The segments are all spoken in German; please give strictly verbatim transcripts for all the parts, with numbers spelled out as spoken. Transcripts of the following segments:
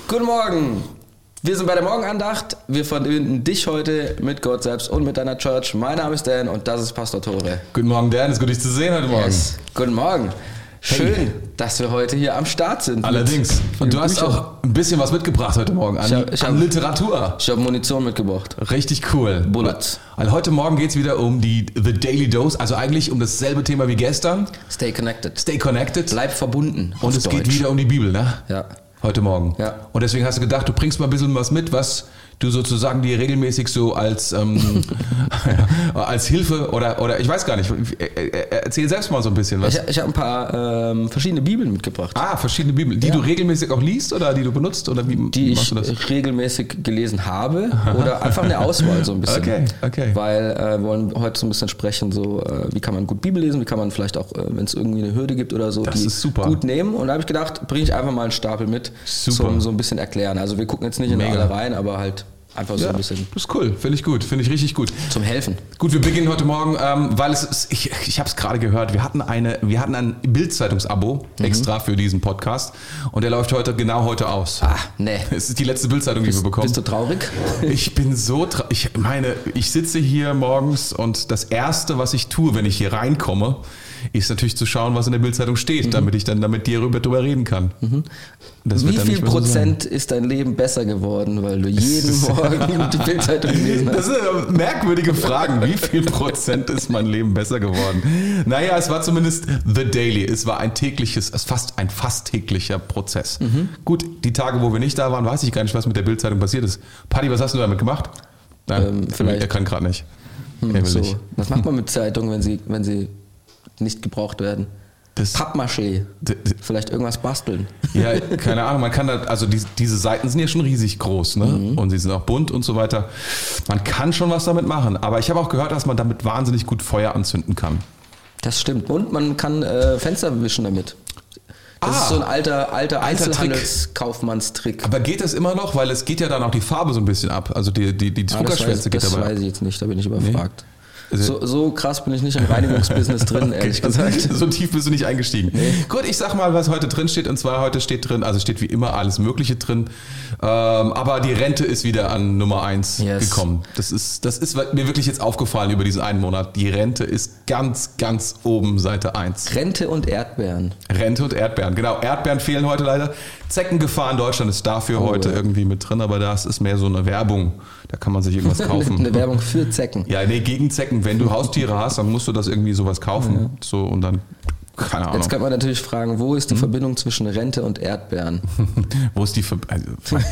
Guten Morgen. Wir sind bei der Morgenandacht. Wir verbinden dich heute mit Gott selbst und mit deiner Church. Mein Name ist Dan und das ist Pastor Tore. Guten Morgen, Dan. Ist gut, dich zu sehen heute Morgen. Yes. Guten Morgen. Schön, Hey. dass wir heute hier am Start sind. Allerdings. Und du hast Büchern. auch ein bisschen was mitgebracht heute Morgen an, Ich hab- ich an hab- Literatur. Ich habe Munition mitgebracht. Richtig cool. Bullets. Weil heute Morgen geht es wieder um die The Daily Dose, also eigentlich um dasselbe Thema wie gestern. Stay connected. Stay connected. Bleib verbunden. Und auf es geht Deutsch. wieder um die Bibel, ne? Ja. Heute Morgen. Ja. Und deswegen hast du gedacht, du bringst mal ein bisschen was mit, was du sozusagen dir regelmäßig so als, ähm, als Hilfe oder, oder ich weiß gar nicht, erzähl selbst mal so ein bisschen was. Ich, ich habe ein paar ähm, verschiedene Bibeln mitgebracht, Ah, verschiedene Bibeln, die Ja. du regelmäßig auch liest oder die du benutzt oder wie die machst ich du das? regelmäßig gelesen habe oder einfach eine Auswahl so ein bisschen. Okay, okay. Weil äh, wir wollen heute so ein bisschen sprechen, so äh, wie kann man gut Bibel lesen, wie kann man vielleicht auch, äh, wenn es irgendwie eine Hürde gibt oder so, Das die ist super. gut nehmen. Und da habe ich gedacht, bringe ich einfach mal einen Stapel mit, Super. zum so ein bisschen erklären. Also wir gucken jetzt nicht in Mega. alle rein, aber halt einfach so Ja, ein bisschen das ist cool, finde ich gut, finde ich richtig gut. zum Helfen. Gut, wir beginnen heute Morgen, ähm, weil es ist, ich, ich habe es gerade gehört, wir hatten eine, wir hatten ein Bild-Zeitungs-Abo extra für diesen Podcast und der läuft heute genau heute aus. Ah, nee. Es ist die letzte Bildzeitung, die wir bekommen. Bist du traurig? Ich bin so tra- ich meine, ich sitze hier morgens und das Erste, was ich tue, wenn ich hier reinkomme, ist natürlich zu schauen, was in der Bildzeitung steht, Mhm. damit ich dann damit dir darüber, darüber reden kann. Das wird Wie dann viel nicht mehr so sein. Prozent ist dein Leben besser geworden, weil du jeden Morgen die Bildzeitung gelesen hast? Das sind merkwürdige Fragen. Wie viel Prozent ist mein Leben besser geworden? Naja, es war zumindest The Daily. Es war ein tägliches, es fast ein fast täglicher Prozess. Mhm. Gut, die Tage, wo wir nicht da waren, weiß ich gar nicht, was mit der Bildzeitung passiert ist. Paddy, was hast du damit gemacht? Nein, Ähm, vielleicht- er kann gerade nicht. Hm, er will so. nicht. Was macht man mit Zeitungen, wenn sie, wenn sie nicht gebraucht werden? Das, Pappmaché. d- d- Vielleicht irgendwas basteln. ja, keine Ahnung, man kann da, also die, diese Seiten sind ja schon riesig groß, ne? Mhm. Und sie sind auch bunt und so weiter. Man kann schon was damit machen, aber ich habe auch gehört, dass man damit wahnsinnig gut Feuer anzünden kann. Das stimmt. Und man kann äh, Fenster wischen damit. Das Ah. ist so ein alter, alter, Alter Trick. Einzelhandelskaufmannstrick. Aber geht das immer noch? Weil es geht ja dann auch die Farbe so ein bisschen ab. Also die, die, die Ah, das Druckerschwärze weiß, geht das dabei weiß ab. ich jetzt nicht, da bin ich überfragt. Also- So, so krass bin ich nicht im Reinigungsbusiness drin, ehrlich gesagt. So tief bist du nicht eingestiegen. Gut, ich sag mal, was heute drin steht. Und zwar heute steht drin, also steht wie immer alles Mögliche drin. Ähm, aber die Rente ist wieder an Nummer eins Yes. gekommen. Das ist, das ist mir wirklich jetzt aufgefallen über diesen einen Monat. Die Rente ist ganz, ganz oben Seite eins. Rente und Erdbeeren. Rente und Erdbeeren. Genau, Erdbeeren fehlen heute leider. Zeckengefahr in Deutschland ist dafür Oh, heute ja. irgendwie mit drin. Aber das ist mehr so eine Werbung. Da kann man sich irgendwas kaufen. Eine Werbung für Zecken. Ja, nee, gegen Zecken. Wenn du Haustiere hast, dann musst du das irgendwie sowas kaufen. So und dann, keine Ahnung. Jetzt kann man natürlich fragen, wo ist die Verbindung zwischen Rente und Erdbeeren? Wo ist die Ver Also,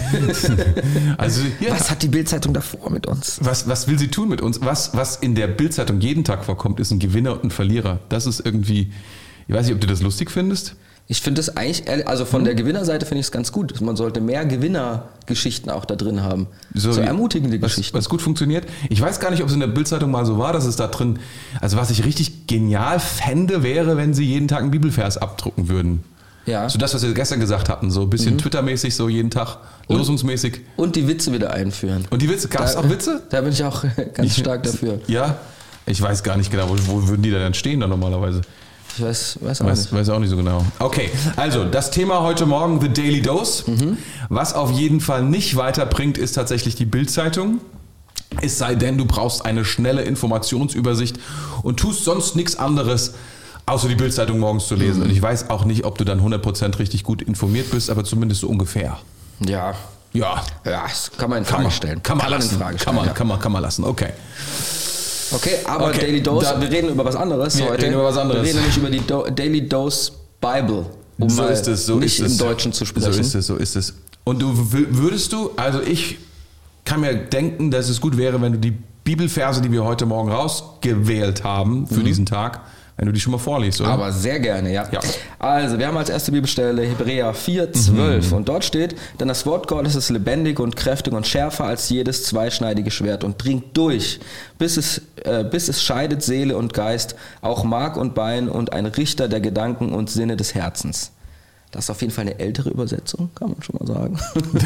also hier, Was hat die Bildzeitung davor mit uns? was, was will sie tun mit uns? Was, was in der Bildzeitung jeden Tag vorkommt, ist ein Gewinner und ein Verlierer. Das ist irgendwie, ich weiß nicht, ob du das lustig findest. Ich finde es eigentlich, ehrlich- also von der Gewinnerseite finde ich es ganz gut. Man sollte mehr Gewinnergeschichten auch da drin haben. So, wie- ermutigende was, Geschichten. was gut funktioniert. Ich weiß gar nicht, ob es in der Bildzeitung mal so war, dass es da drin, also was ich richtig genial fände, wäre, wenn sie jeden Tag einen Bibelvers abdrucken würden. Ja. So das, was wir gestern gesagt hatten, so ein bisschen Twitter-mäßig, so jeden Tag, losungsmäßig. Und die Witze wieder einführen. Und die Witze, gab es Da- auch Witze? Da bin ich auch ganz stark dafür. Ja, ich weiß gar nicht genau, wo, wo würden die da dann stehen dann normalerweise? Ich weiß, weiß auch Weiß, nicht. weiß auch nicht so genau. Okay, also das Thema heute Morgen, The Daily Dose. Mhm. Was auf jeden Fall nicht weiterbringt, ist tatsächlich die Bildzeitung. Es sei denn, du brauchst eine schnelle Informationsübersicht und tust sonst nichts anderes, außer die Bildzeitung morgens zu lesen. Mhm. Und ich weiß auch nicht, ob du dann hundert Prozent richtig gut informiert bist, aber zumindest so ungefähr. Ja. Ja, Ja, das kann man in kann Frage man, stellen. kann man in lassen. Frage Kann stellen. man, ja. kann man, kann man lassen. Okay. Okay, aber Okay, Daily Dose, dann- wir reden über was anderes Wir heute. reden über was anderes. Wir reden nämlich über die Do- Daily Dose Bible, um So mal ist es, so nicht ist es. im Deutschen zu sprechen. So ist es, so ist es. Und du wü- würdest du, also ich kann mir denken, dass es gut wäre, wenn du die Bibelverse, die wir heute Morgen rausgewählt haben für diesen Tag, wenn du die schon mal vorliest, oder? Aber sehr gerne, ja. Ja. Also, wir haben als erste Bibelstelle Hebräer vier, zwölf Mhm. und dort steht, denn das Wort Gottes ist lebendig und kräftig und schärfer als jedes zweischneidige Schwert und dringt durch, bis es, äh, bis es scheidet Seele und Geist, auch Mark und Bein und ein Richter der Gedanken und Sinne des Herzens. Das ist auf jeden Fall eine ältere Übersetzung, kann man schon mal sagen.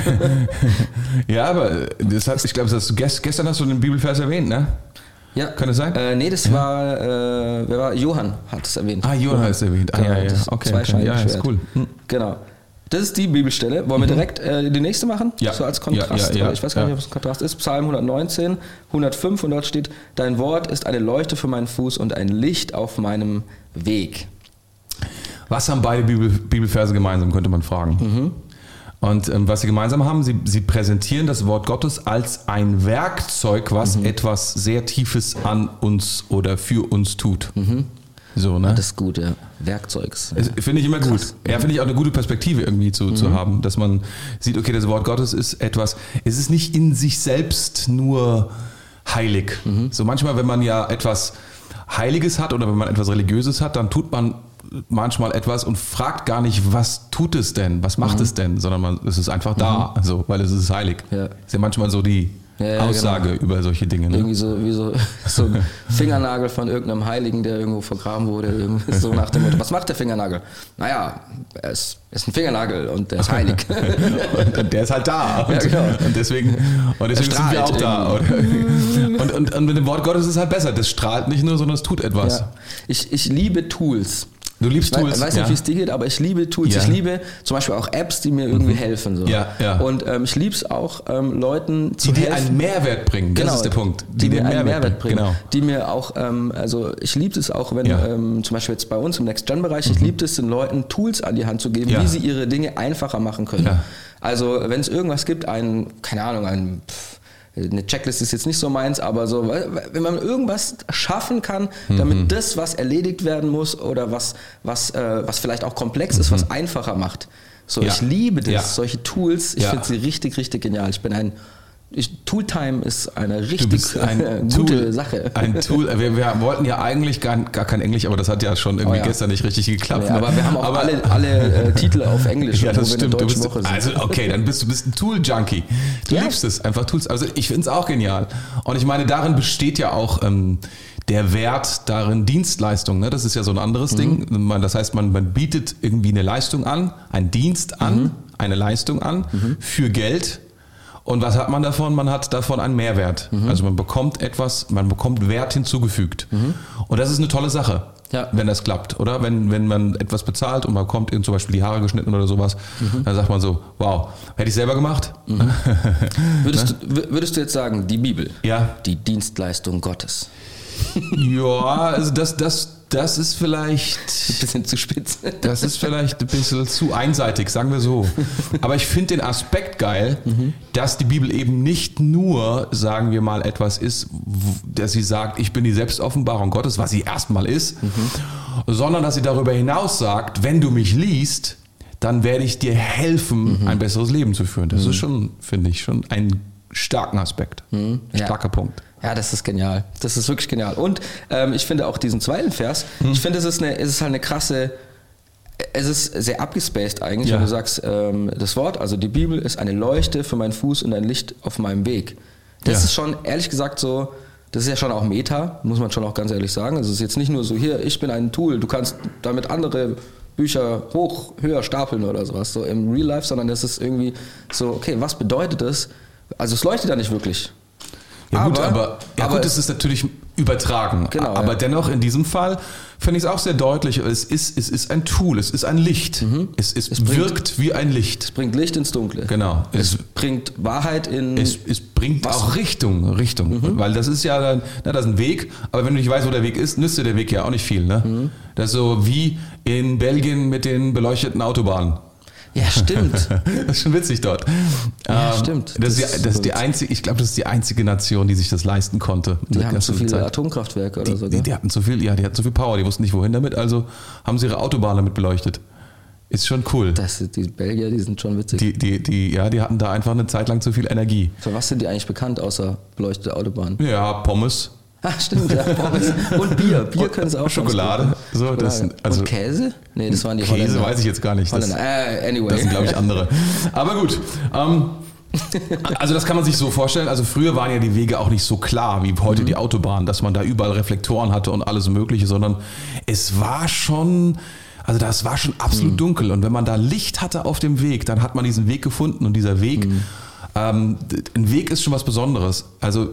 Ja, aber das hat, ich glaube, das hast du gest, gestern hast du den Bibelvers erwähnt, ne? Ja. Kann das sein? Äh, nee, das war, äh, wer war, Johann hat es erwähnt. Ah, Johann hat es erwähnt. Ah, Genau, ja, ja. das Okay, okay. zweischneidige Ja, ist Schwert. cool. Hm. Genau. Das ist die Bibelstelle. Wollen wir direkt äh, die nächste machen? Ja. So als Kontrast. Ja, ja, ja. Ich weiß gar nicht, ob es ein Kontrast ist. Psalm hundertneunzehn, hundertfünf und dort steht, dein Wort ist eine Leuchte für meinen Fuß und ein Licht auf meinem Weg. Was haben beide Bibel, Bibelverse gemeinsam, könnte man fragen. Mhm. Und ähm, was sie gemeinsam haben, sie, sie präsentieren das Wort Gottes als ein Werkzeug, was mhm. etwas sehr Tiefes an uns oder für uns tut. Mhm. So, ne? Das ist gut, ja. Werkzeugs. Ja. Finde ich immer gut. Krass. Ja, finde ich auch eine gute Perspektive irgendwie zu, mhm. zu haben, dass man sieht, okay, das Wort Gottes ist etwas, es ist nicht in sich selbst nur heilig. Mhm. So manchmal, wenn man ja etwas Heiliges hat oder wenn man etwas Religiöses hat, dann tut man manchmal etwas und fragt gar nicht, was tut es denn, was macht mhm. es denn, sondern man, es ist einfach da, mhm. also, weil es ist heilig. Ja. Ist ja manchmal so die ja, ja, Aussage genau. über solche Dinge. Ne? Irgendwie so wie so, so ein Fingernagel von irgendeinem Heiligen, der irgendwo vergraben wurde, so nach dem Motto, was macht der Fingernagel? Naja, er ist, ist ein Fingernagel und der ist heilig. und der ist halt da. Und, ja, genau. und deswegen, und deswegen sind wir auch da. Und, und, und mit dem Wort Gottes ist es halt besser. Das strahlt nicht nur, sondern es tut etwas. Ja. Ich, ich liebe Tools. Du liebst Tools. Ich weiß nicht, ja. wie es dir geht, aber ich liebe Tools. Ja. Ich liebe zum Beispiel auch Apps, die mir irgendwie mhm. helfen. So. Ja, ja. Und ähm, ich liebe es auch, ähm, Leuten zu die helfen. Die dir einen Mehrwert bringen, das genau, ist der Punkt. Die, die mir einen Mehrwert, Mehrwert bringen. Genau. Die mir auch, ähm, also ich liebe es auch, wenn ja. ähm, zum Beispiel jetzt bei uns im Next-Gen-Bereich, mhm. ich liebe es, den Leuten Tools an die Hand zu geben, ja. wie sie ihre Dinge einfacher machen können. Ja. Also wenn es irgendwas gibt, ein, keine Ahnung, ein... Pff, eine Checklist ist jetzt nicht so meins, aber so, wenn man irgendwas schaffen kann, damit mhm. das, was erledigt werden muss oder was, was, äh, was vielleicht auch komplex ist, mhm. was einfacher macht. So, ja. ich liebe das, ja. solche Tools, ich ja. finde sie richtig, richtig genial. Ich bin ein Ich, Tooltime ist eine richtig ein gute Tool, Sache. Ein Tool. Wir, wir wollten ja eigentlich gar, gar kein Englisch, aber das hat ja schon irgendwie oh ja. gestern nicht richtig geklappt. Ja, aber wir haben auch aber, alle, alle äh, Titel auf Englisch, ja, das wo stimmt. wir in der deutschen Woche sind. Also okay, dann bist du bist ein Tool-Junkie. Du ja. liebst es, einfach Tools. Also ich finde es auch genial. Und ich meine, darin besteht ja auch ähm, der Wert darin Dienstleistung. Ne? Das ist ja so ein anderes mhm. Ding. Man, das heißt, man, man bietet irgendwie eine Leistung an, einen Dienst an, mhm. eine Leistung an mhm. für Geld. Und was hat man davon? Man hat davon einen Mehrwert. Mhm. Also man bekommt etwas, man bekommt Wert hinzugefügt. Mhm. Und das ist eine tolle Sache, ja. wenn das klappt, oder? Wenn, wenn man etwas bezahlt und man bekommt zum Beispiel die Haare geschnitten oder sowas, mhm. dann sagt man so, wow, hätte ich selber gemacht? Mhm. würdest, du, würdest du jetzt sagen, die Bibel, ja. die Dienstleistung Gottes? Ja, also das, das, das ist vielleicht... Ein bisschen zu spitz. Das ist vielleicht ein bisschen zu einseitig, sagen wir so. Aber ich finde den Aspekt geil, mhm. dass die Bibel eben nicht nur, sagen wir mal, etwas ist, dass sie sagt, ich bin die Selbstoffenbarung Gottes, was sie erstmal ist, mhm. sondern dass sie darüber hinaus sagt, wenn du mich liest, dann werde ich dir helfen, mhm. ein besseres Leben zu führen. Das mhm. ist schon, finde ich, schon einen starken Aspekt. Mhm. Starker ja. Punkt. Ja, das ist genial. Das ist wirklich genial. Und ähm, ich finde auch diesen zweiten Vers, hm. ich finde, es ist, eine, es ist halt eine krasse, es ist sehr abgespaced eigentlich, ja. wenn du sagst, ähm, das Wort, also die Bibel ist eine Leuchte für meinen Fuß und ein Licht auf meinem Weg. Das ja. ist schon, ehrlich gesagt, so, das ist ja schon auch Meta, muss man schon auch ganz ehrlich sagen. Es ist jetzt nicht nur so, hier, ich bin ein Tool, du kannst damit andere Bücher hoch, höher stapeln oder sowas, so im Real Life, sondern es ist irgendwie so, okay, was bedeutet das? Also es leuchtet ja nicht wirklich. Ja gut, aber, aber, ja aber gut, es ist natürlich übertragen. Genau, aber ja. dennoch in diesem Fall finde ich es auch sehr deutlich. Es ist, es ist ein Tool, es ist ein Licht. Mhm. Es, es, es wirkt bringt, wie ein Licht. Es bringt Licht ins Dunkle. Genau. Es, es bringt Wahrheit in... Es, es bringt Wasser. Auch Richtung. Richtung. Mhm. Weil das ist ja, dann, na, das ist ein Weg, aber wenn du nicht weißt, wo der Weg ist, nützt dir der Weg ja auch nicht viel. Ne? Mhm. Das ist so wie in Belgien mit den beleuchteten Autobahnen. Ja, stimmt. Das ist schon witzig dort. Ja, ähm, stimmt. Das, das, ist, die, das ist die einzige, ich glaube, das ist die einzige Nation, die sich das leisten konnte. Die haben zu viele Zeit. Atomkraftwerke oder die, so. Die, die hatten zu viel, ja, die hatten zu viel Power, die wussten nicht wohin damit, also haben sie ihre Autobahn damit beleuchtet. Ist schon cool. Das, die Belgier, die sind schon witzig. Die, die, die, ja, die hatten da einfach eine Zeit lang zu viel Energie. Für was sind die eigentlich bekannt, außer beleuchtete Autobahnen? Ja, Pommes. Ah, stimmt, ja, Pommes. Und Bier. Bier können sie auch. Schokolade. So, Schokolade. Das, also und Käse? Nee, das waren die Käse Holländer. Käse weiß ich jetzt gar nicht. Das, äh, anyway. Das sind, glaube ich, andere. Aber gut. Ähm, also das kann man sich so vorstellen. Also früher waren ja die Wege auch nicht so klar wie heute mhm. die Autobahn, dass man da überall Reflektoren hatte und alles Mögliche, sondern es war schon... Also das war schon absolut mhm. dunkel. Und wenn man da Licht hatte auf dem Weg, dann hat man diesen Weg gefunden. Und dieser Weg, mhm. ähm, ein Weg ist schon was Besonderes. Also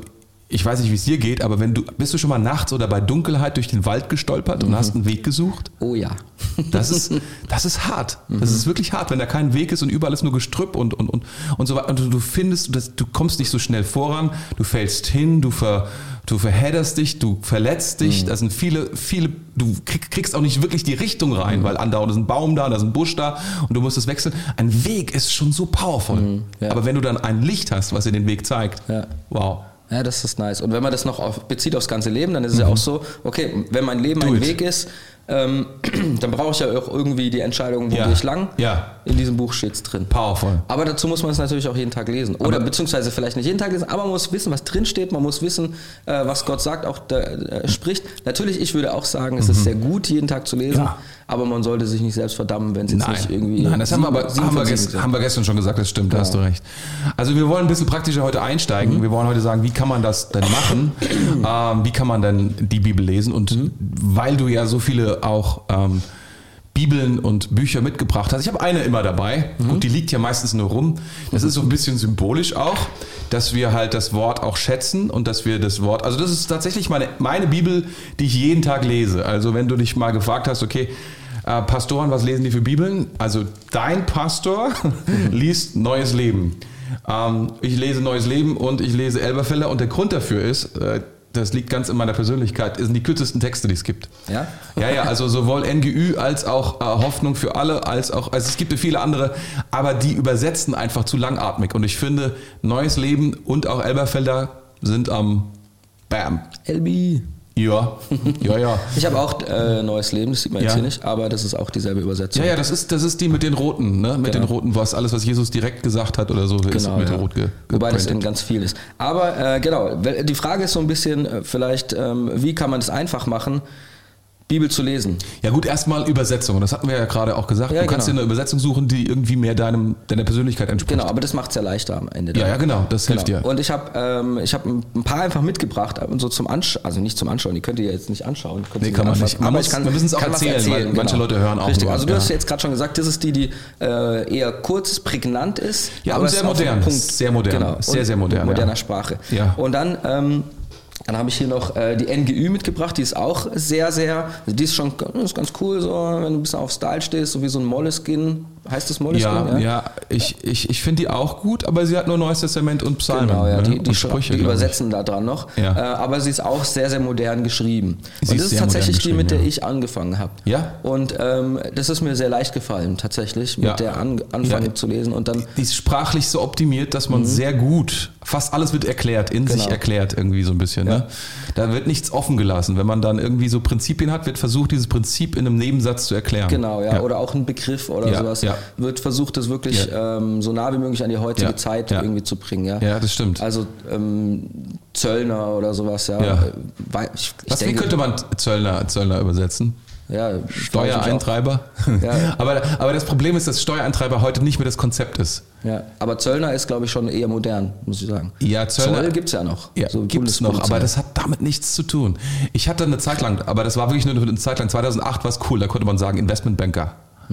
ich weiß nicht, wie es dir geht, aber wenn du, bist du schon mal nachts oder bei Dunkelheit durch den Wald gestolpert und mhm. hast einen Weg gesucht? Oh ja. Das ist, das ist hart. Das ist wirklich hart, wenn da kein Weg ist und überall ist nur Gestrüpp und, und, und, und so weiter. Und du, du findest, das, du kommst nicht so schnell voran, du fällst hin, du ver, du verhedderst dich, du verletzt dich. Mhm. Da sind viele, viele, du kriegst auch nicht wirklich die Richtung rein, mhm. weil andauernd ist ein Baum da, da ist ein Busch da und du musst es wechseln. Ein Weg ist schon so powerful. Mhm. Ja. Aber wenn du dann ein Licht hast, was dir den Weg zeigt, ja. wow. Ja, das ist nice. Und wenn man das noch auf, bezieht aufs ganze Leben, dann ist es mhm. ja auch so, okay, wenn mein Leben Do ein it. Weg ist, ähm, dann brauche ich ja auch irgendwie die Entscheidung, wo ja. gehe ich lang. Ja. In diesem Buch steht es drin. Powerful. Aber dazu muss man es natürlich auch jeden Tag lesen. Oder aber beziehungsweise vielleicht nicht jeden Tag lesen, aber man muss wissen, was drin steht. Man muss wissen, äh, was Gott sagt, auch da, äh, spricht. Natürlich, ich würde auch sagen, es mhm. ist sehr gut, jeden Tag zu lesen. Ja. Aber man sollte sich nicht selbst verdammen, wenn es jetzt Nein. nicht irgendwie... Nein, das sieben, haben, wir aber, haben, wir gestern, haben wir gestern schon gesagt, das stimmt, da ja. hast du recht. Also wir wollen ein bisschen praktischer heute einsteigen. Mhm. Wir wollen heute sagen, wie kann man das denn machen? ähm, wie kann man denn die Bibel lesen? Und mhm. weil du ja so viele auch... Ähm, Bibeln und Bücher mitgebracht hast. Ich habe eine immer dabei. Mhm. Gut, die liegt ja meistens nur rum. Das ist so ein bisschen symbolisch auch, dass wir halt das Wort auch schätzen und dass wir das Wort, also das ist tatsächlich meine, meine Bibel, die ich jeden Tag lese. Also wenn du dich mal gefragt hast, okay, äh, Pastoren, was lesen die für Bibeln? Also dein Pastor liest Neues Leben. Ähm, ich lese Neues Leben und ich lese Elberfelder und der Grund dafür ist, äh, das liegt ganz in meiner Persönlichkeit, sind die kürzesten Texte, die es gibt. Ja? Ja, ja, also sowohl N G Ü als auch äh, Hoffnung für alle, als auch, also es gibt ja viele andere, aber die übersetzen einfach zu langatmig. Und ich finde, Neues Leben und auch Elberfelder sind am ähm, Bam. L B. Ja, ja, ja. Ich habe auch äh, Neues Leben, das sieht man jetzt ja. hier nicht, aber das ist auch dieselbe Übersetzung. Ja, ja, das ist, das ist die mit den roten, ne? Mit genau. den roten, was alles, was Jesus direkt gesagt hat oder so, ist genau, mit ja. rot ge- Wobei das geprintet. eben ganz viel ist. Aber äh, genau, die Frage ist so ein bisschen äh, vielleicht, ähm, wie kann man es einfach machen, Bibel zu lesen? Ja gut, erstmal Übersetzung. Das hatten wir ja gerade auch gesagt. Ja, du kannst genau. dir eine Übersetzung suchen, die irgendwie mehr deinem, deiner Persönlichkeit entspricht. Genau, aber das macht es ja leichter am Ende. Ja, ja, genau, das genau. hilft dir. Und ich habe ähm, ich hab ein paar einfach mitgebracht, so zum Anschauen, also nicht zum Anschauen, die könnt ihr jetzt nicht anschauen. Nee, kann man nicht. Man aber muss, ich kann, wir müssen es auch kann erzählen, erzählen, weil genau. manche Leute hören auch Richtig, nur. also du ja. hast jetzt gerade schon gesagt, das ist die, die äh, eher kurz, prägnant ist. Ja, aber und sehr modern. Punkt, Sehr modern. Genau, sehr, sehr modern. Moderner ja. Sprache. Ja. Und dann... Ähm, Dann habe ich hier noch äh, die N G Ü mitgebracht, die ist auch sehr, sehr, also die ist schon ist ganz cool, so, wenn du ein bisschen auf Style stehst, so wie so ein Moleskine, heißt das Moleskine? Ja, ja, ja ich, ich, ich finde die auch gut, aber sie hat nur Neues Testament und Psalmen. Genau, ja, ne? die, die, und Sprüche, die übersetzen da dran noch, ja. äh, aber sie ist auch sehr, sehr modern geschrieben. Sie und das ist ist tatsächlich die, mit der ja. ich angefangen habe. Ja? Und ähm, das ist mir sehr leicht gefallen, tatsächlich, mit ja. der an, anfangen ja. zu lesen. Und dann, die ist sprachlich so optimiert, dass man mhm. sehr gut, fast alles wird erklärt, in genau. sich erklärt irgendwie so ein bisschen. Ja. Ne? Da wird nichts offen gelassen. Wenn man dann irgendwie so Prinzipien hat, wird versucht, dieses Prinzip in einem Nebensatz zu erklären. Genau, ja. ja. Oder auch ein Begriff oder ja. sowas. Ja. Wird versucht, das wirklich ja. ähm, so nah wie möglich an die heutige ja. Zeit ja. irgendwie zu bringen. Ja, ja das stimmt. Also ähm, Zöllner oder sowas, ja. ja. Ich, ich Was, denke, wie könnte man Zöllner, Zöllner übersetzen? Ja, Steuereintreiber. Ja. aber, aber das Problem ist, dass Steuereintreiber heute nicht mehr das Konzept ist. Ja, aber Zöllner ist, glaube ich, schon eher modern, muss ich sagen. Ja, Zöllner Zoll gibt es ja noch. Ja, so gibt es noch, aber das hat damit nichts zu tun. Ich hatte eine Zeit lang, aber das war wirklich nur eine Zeit lang, zweitausendacht war es cool, da konnte man sagen Investmentbanker.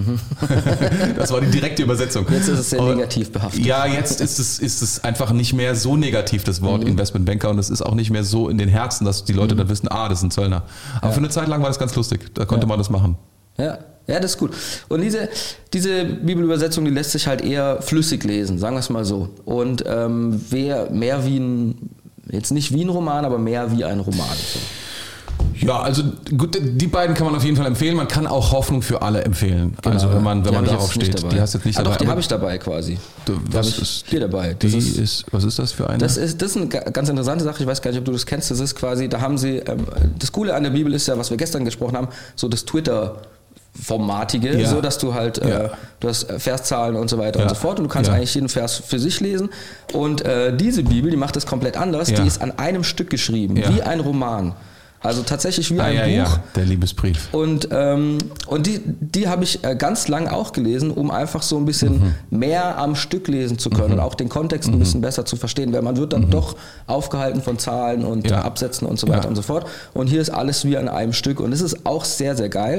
Das war die direkte Übersetzung. Jetzt ist es sehr und, negativ behaftet. Ja, jetzt ist es, ist es einfach nicht mehr so negativ, das Wort mhm. Investmentbanker, und es ist auch nicht mehr so in den Herzen, dass die Leute mhm. dann wissen, ah, das ist ein Zöllner. Aber ja. für eine Zeit lang war das ganz lustig, da konnte ja. man das machen. Ja. Ja, das ist gut. Und diese, diese Bibelübersetzung, die lässt sich halt eher flüssig lesen, sagen wir es mal so. Und ähm, wer, mehr wie ein, jetzt nicht wie ein Roman, aber mehr wie ein Roman. So. Ja, also gut, die beiden kann man auf jeden Fall empfehlen. Man kann auch Hoffnung für alle empfehlen. Genau, also wenn man, wenn man darauf steht. Die hast du jetzt nicht ah, dabei. Doch, die habe ich dabei quasi. Du, was hab ist hier dabei. Das die ist, ist, was ist das für eine? Das ist, das ist eine ganz interessante Sache. Ich weiß gar nicht, ob du das kennst. Das ist quasi, da haben sie, ähm, das Coole an der Bibel ist ja, was wir gestern gesprochen haben, so das Twitter- Formatige, ja. so dass du halt, ja. äh, du hast Verszahlen und so weiter ja. und so fort und du kannst ja. eigentlich jeden Vers für sich lesen und äh, diese Bibel, die macht das komplett anders, ja. die ist an einem Stück geschrieben, ja. wie ein Roman. Also tatsächlich wie ah, ein ja, Buch. Ja, der Liebesbrief. Und, ähm, und die, die habe ich äh, ganz lang auch gelesen, um einfach so ein bisschen mhm. mehr am Stück lesen zu können mhm. und auch den Kontext ein bisschen mhm. besser zu verstehen, weil man wird dann mhm. doch aufgehalten von Zahlen und ja. Absätzen und so weiter ja. und so fort. Und hier ist alles wie an einem Stück und es ist auch sehr, sehr geil.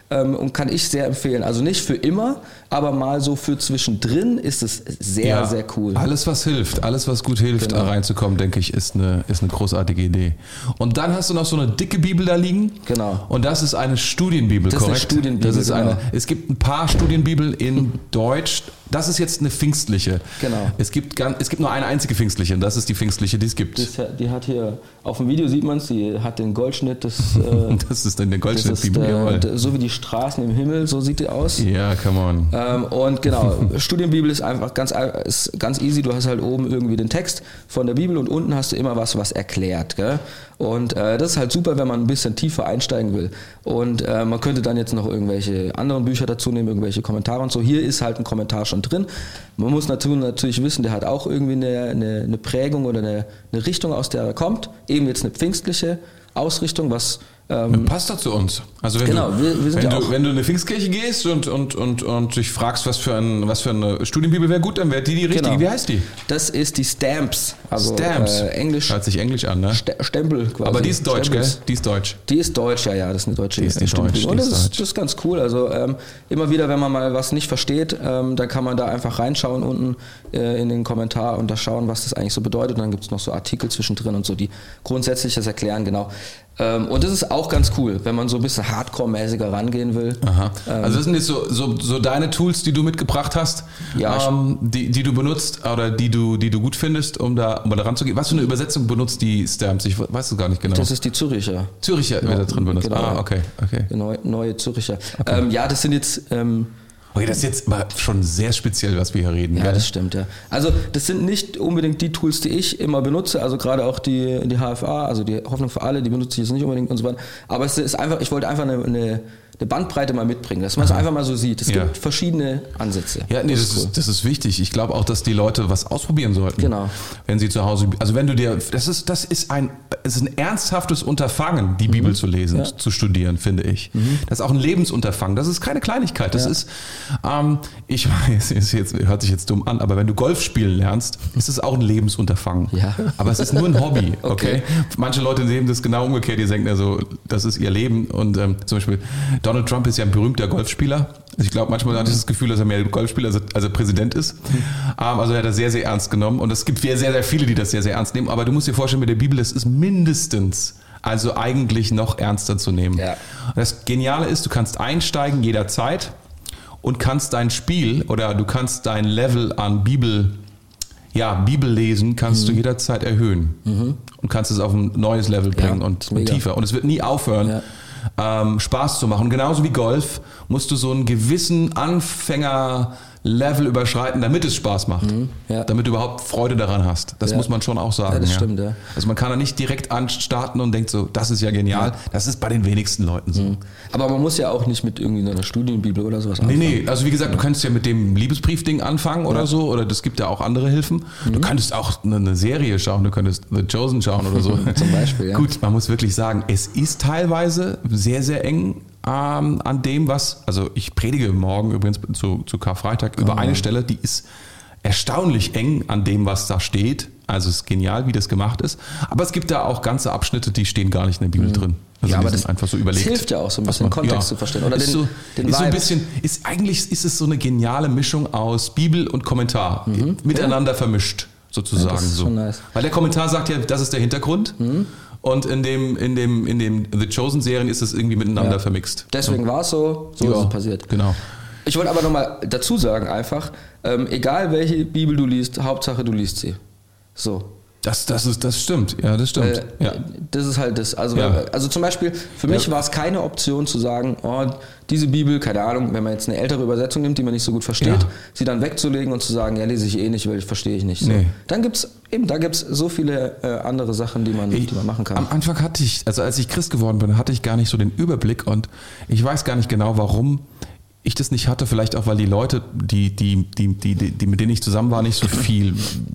ähm, und kann ich sehr empfehlen. Also nicht für immer, aber mal so für zwischendrin ist es sehr, ja, sehr cool. Alles, was hilft, alles, was gut hilft, genau. reinzukommen, denke ich, ist eine, ist eine großartige Idee. Und dann hast du noch so eine dicke Bibel da liegen. Genau. Und das ist eine Studienbibel, das korrekt? Ist eine Studienbibel, das ist genau. eine, es gibt ein paar Studienbibel in Deutsch. Das ist jetzt eine pfingstliche. Genau. Es gibt, ganz, es gibt nur eine einzige pfingstliche und das ist die pfingstliche, die es gibt. Das, die hat hier, auf dem Video sieht man es, die hat den Goldschnitt. Das, äh, das ist dann der Goldschnitt-Bibel. Äh, so wie die Straßen im Himmel, so sieht die aus. Ja, come on. Ähm, und genau, Studienbibel ist einfach ganz, ist ganz easy. Du hast halt oben irgendwie den Text von der Bibel und unten hast du immer was, was erklärt. Gell? Und äh, das ist halt super, wenn man ein bisschen tiefer einsteigen will. Und äh, man könnte dann jetzt noch irgendwelche anderen Bücher dazu nehmen, irgendwelche Kommentare und so. Hier ist halt ein Kommentar schon drin. Man muss natürlich wissen, der hat auch irgendwie eine, eine, eine Prägung oder eine, eine Richtung, aus der er kommt. Eben jetzt eine pfingstliche Ausrichtung, was Ähm, passt doch zu uns. Also wenn, genau, du, wir, wir sind wenn, ja du, auch wenn du in eine Pfingstkirche gehst und, und, und, und dich fragst, was für, ein, was für eine Studienbibel wäre gut, dann wäre die die richtige. Genau. Wie heißt die? Das ist die Stamps. Also Stamps. Äh, Englisch. Hört sich Englisch an, ne? St- Stempel quasi. Aber die ist deutsch, Stempels. gell? Die ist deutsch. Die ist deutsch, ja, ja, das ist eine deutsche Die ist die Studienbibel. deutsch, Und die das ist ist, deutsch. das ist ganz cool. Also ähm, immer wieder, wenn man mal was nicht versteht, ähm, dann kann man da einfach reinschauen unten äh, in den Kommentar und da schauen, was das eigentlich so bedeutet. Und dann gibt es noch so Artikel zwischendrin und so, die grundsätzlich das erklären, genau. Ähm, und das ist auch ganz cool, wenn man so ein bisschen Hardcore-mäßiger rangehen will. Aha. Ähm, also das sind jetzt so, so, so deine Tools, die du mitgebracht hast, Ja, ähm, die, die du benutzt oder die du, die du gut findest, um da, um da ranzugehen. Was für eine Übersetzung benutzt die Stamps? Ich weiß es gar nicht genau. Das ist die Züricher. Züricher wird da drin benutzt. Genau. Ah, okay, okay. Die neue, neue Züricher. Okay. Ähm, ja, das sind jetzt... Ähm, Okay, das ist jetzt mal schon sehr speziell, was wir hier reden. Ja, gell? das stimmt, ja. Also das sind nicht unbedingt die Tools, die ich immer benutze, also gerade auch die, die H F A, also die Hoffnung für alle, die benutze ich jetzt nicht unbedingt und so weiter. Aber es ist einfach, ich wollte einfach eine, eine, eine Bandbreite mal mitbringen, dass man es einfach mal so sieht. Es Ja. gibt verschiedene Ansätze. Ja, nee, das, cool. ist, das ist wichtig. Ich glaube auch, dass die Leute was ausprobieren sollten. Genau. Wenn sie zu Hause, also wenn du dir, das ist, das ist ein, es ist ein ernsthaftes Unterfangen, die Bibel zu lesen, Ja. zu studieren, finde ich. Das ist auch ein Lebensunterfangen. Das ist keine Kleinigkeit. Das Ja. ist, ist, ähm, ich weiß, es jetzt, hört sich jetzt dumm an, aber wenn du Golf spielen lernst, ist es auch ein Lebensunterfangen. Ja. Aber es ist nur ein Hobby, okay? Okay. Manche Leute sehen das genau umgekehrt, die denken ja so, das ist ihr Leben. Und ähm, zum Beispiel Donald Trump ist ja ein berühmter Golfspieler. Also ich glaube, manchmal hatte ich das Gefühl, dass er mehr Golfspieler als er, als er Präsident ist. Ähm, also er hat das sehr, sehr ernst genommen. Und es gibt sehr, sehr viele, die das sehr, sehr ernst nehmen. Aber du musst dir vorstellen, mit der Bibel, das ist mindestens, also eigentlich noch ernster zu nehmen. Ja. Und das Geniale ist, du kannst einsteigen jederzeit und kannst dein Spiel oder du kannst dein Level an Bibel, ja, Bibellesen kannst mhm. du jederzeit erhöhen mhm. und kannst es auf ein neues Level bringen Ja, und, und tiefer. Und es wird nie aufhören, Ja. ähm, Spaß zu machen. Genauso wie Golf musst du so einen gewissen Anfänger-Level überschreiten, damit es Spaß macht. Mhm, ja. Damit du überhaupt Freude daran hast. Das Ja. muss man schon auch sagen. Ja, das stimmt, ja. Also man kann da nicht direkt anstarten und denkt so, das ist ja genial. Das ist bei den wenigsten Leuten so. aber man muss ja auch nicht mit irgendwie einer Studienbibel oder sowas Nee, anfangen. nee, also wie gesagt, du könntest ja mit dem Liebesbrief-Ding anfangen oder so, oder es gibt ja auch andere Hilfen. Du könntest auch eine, eine Serie schauen, du könntest The Chosen schauen oder so. Zum Beispiel, ja. Gut, man muss wirklich sagen, es ist teilweise sehr, sehr eng ähm, an dem, was, also ich predige morgen übrigens zu, zu Karfreitag über eine Stelle, die ist erstaunlich eng an dem, was da steht. Also es ist genial, wie das gemacht ist. Aber es gibt da auch ganze Abschnitte, die stehen gar nicht in der Bibel drin. Also Ja, die aber sind das- einfach so überlegt. das hilft ja auch so ein was bisschen, man- Kontext zu verstehen. Oder ist den- so, den ist so ein Vibe. bisschen, ist, eigentlich ist es so eine geniale Mischung aus Bibel und Kommentar. Miteinander vermischt, sozusagen. Ja, das ist so. schon nice. Weil der Kommentar sagt ja, das ist der Hintergrund. Und in dem, in dem, in dem The Chosen Serien ist es irgendwie miteinander Ja. vermixt. Deswegen war es so, so Ja, ist es passiert. Genau. Ich wollte aber nochmal dazu sagen einfach, ähm, egal welche Bibel du liest, Hauptsache du liest sie. So. Das, das, ist, das stimmt, ja, das stimmt. Äh, ja. Das ist halt das. Also, Ja. also zum Beispiel, für mich Ja. war es keine Option zu sagen, oh, diese Bibel, keine Ahnung, wenn man jetzt eine ältere Übersetzung nimmt, die man nicht so gut versteht, Ja. sie dann wegzulegen und zu sagen, ja, lese ich eh nicht, weil verstehe ich nicht. So. Nee. Dann gibt es eben, da gibt es so viele äh, andere Sachen, die man, Ich, die man machen kann. Am Anfang hatte ich, also als ich Christ geworden bin, hatte ich gar nicht so den Überblick und ich weiß gar nicht genau, warum ich das nicht hatte. Vielleicht auch, weil die Leute, die, die, die, die, die, die mit denen ich zusammen war, nicht so viel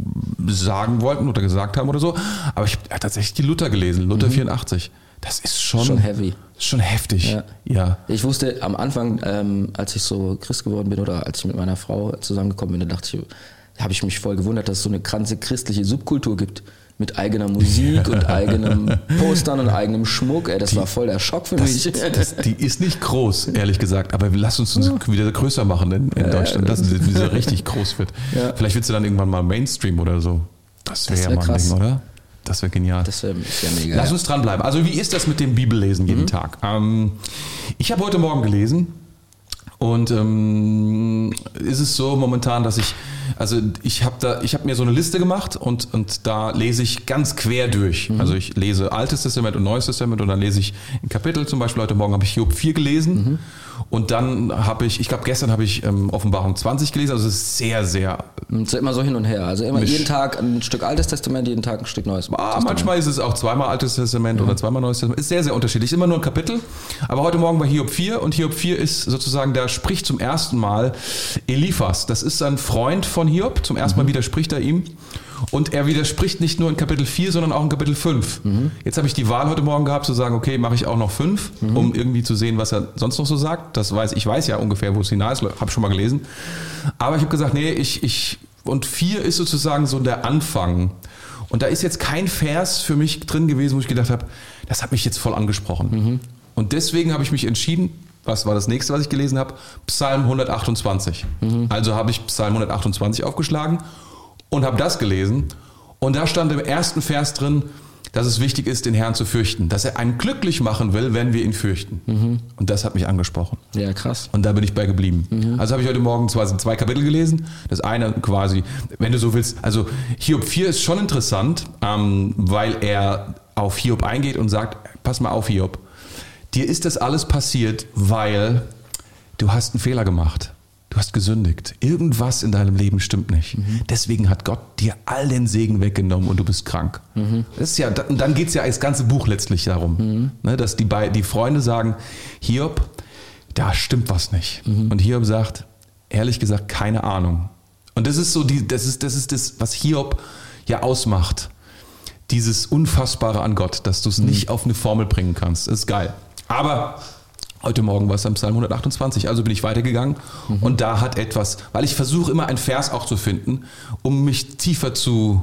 sagen wollten oder gesagt haben oder so. Aber ich habe tatsächlich die Luther gelesen, Luther vierundachtzig. Das ist schon, Schon heavy. Schon heftig. Ja. ja. Ich wusste am Anfang, ähm, als ich so Christ geworden bin oder als ich mit meiner Frau zusammengekommen bin, da dachte ich, habe ich mich voll gewundert, dass es so eine ganze christliche Subkultur gibt mit eigener Musik und eigenem Postern und eigenem Schmuck. Ey, das die, war voll der Schock für das, mich. Das, die ist nicht groß, ehrlich gesagt, aber lass uns uns wieder größer machen in, in ja, Deutschland, dass sie so richtig groß wird. Ja. Vielleicht wird sie dann irgendwann mal Mainstream oder so. Das wäre wär ja mal ein Ding, oder? Das wäre genial. Das wäre wär mega. Lass uns dranbleiben. Also wie ist das mit dem Bibellesen jeden mhm. Tag? Ähm, ich habe heute Morgen gelesen und ähm, ist es so momentan, dass ich, also ich habe da, ich habe mir so eine Liste gemacht und, und da lese ich ganz quer durch. Mhm. Also ich lese Altes Testament und Neues Testament und dann lese ich ein Kapitel. Zum Beispiel heute Morgen habe ich Hiob vier gelesen. Mhm. Und dann habe ich, ich glaube gestern habe ich ähm, Offenbarung zwanzig gelesen, also es ist sehr, sehr... Es ist immer so hin und her, also immer misch. jeden Tag ein Stück Altes Testament, jeden Tag ein Stück Neues ah, Manchmal ist es auch zweimal Altes Testament mhm. oder zweimal Neues Testament, ist sehr, sehr unterschiedlich, immer nur ein Kapitel, aber heute Morgen war Hiob vier und Hiob vier ist sozusagen, da spricht zum ersten Mal Eliphas, das ist ein Freund von Hiob, zum ersten Mal mhm. widerspricht er ihm. Und er widerspricht nicht nur in Kapitel vier, sondern auch in Kapitel fünf. Mhm. Jetzt habe ich die Wahl heute Morgen gehabt, zu sagen, okay, mache ich auch noch fünf, mhm. um irgendwie zu sehen, was er sonst noch so sagt. Das weiß ich weiß ja ungefähr, wo es hinaus ist, habe schon mal gelesen. Aber ich habe gesagt, nee, ich, ich, und vier ist sozusagen so der Anfang. Und da ist jetzt kein Vers für mich drin gewesen, wo ich gedacht habe, das hat mich jetzt voll angesprochen. Mhm. Und deswegen habe ich mich entschieden, was war das nächste, was ich gelesen habe? Psalm hundertachtundzwanzig. Mhm. Also habe ich Psalm hundertachtundzwanzig aufgeschlagen und habe das gelesen und da stand im ersten Vers drin, dass es wichtig ist, den Herrn zu fürchten, dass er einen glücklich machen will, wenn wir ihn fürchten. Mhm. Und das hat mich angesprochen. Ja, krass. Und da bin ich bei geblieben. Mhm. Also habe ich heute Morgen zwei, zwei Kapitel gelesen. Das eine quasi, wenn du so willst, also Hiob vier ist schon interessant, ähm, weil er auf Hiob eingeht und sagt, pass mal auf Hiob, dir ist das alles passiert, weil du hast einen Fehler gemacht. Du hast gesündigt. Irgendwas in deinem Leben stimmt nicht. Mhm. Deswegen hat Gott dir all den Segen weggenommen und du bist krank. Mhm. Das ist ja, dann geht es ja das ganze Buch letztlich darum, mhm. ne, dass die, die Freunde sagen, Hiob, da stimmt was nicht. Mhm. Und Hiob sagt, ehrlich gesagt, keine Ahnung. Und das ist so, die, das ist, das ist das, was Hiob ja ausmacht. Dieses Unfassbare an Gott, dass du es mhm. nicht auf eine Formel bringen kannst. Das ist geil. Aber heute Morgen war es am Psalm hundertachtundzwanzig, also bin ich weitergegangen mhm. und da hat etwas, weil ich versuche immer einen Vers auch zu finden, um mich tiefer zu,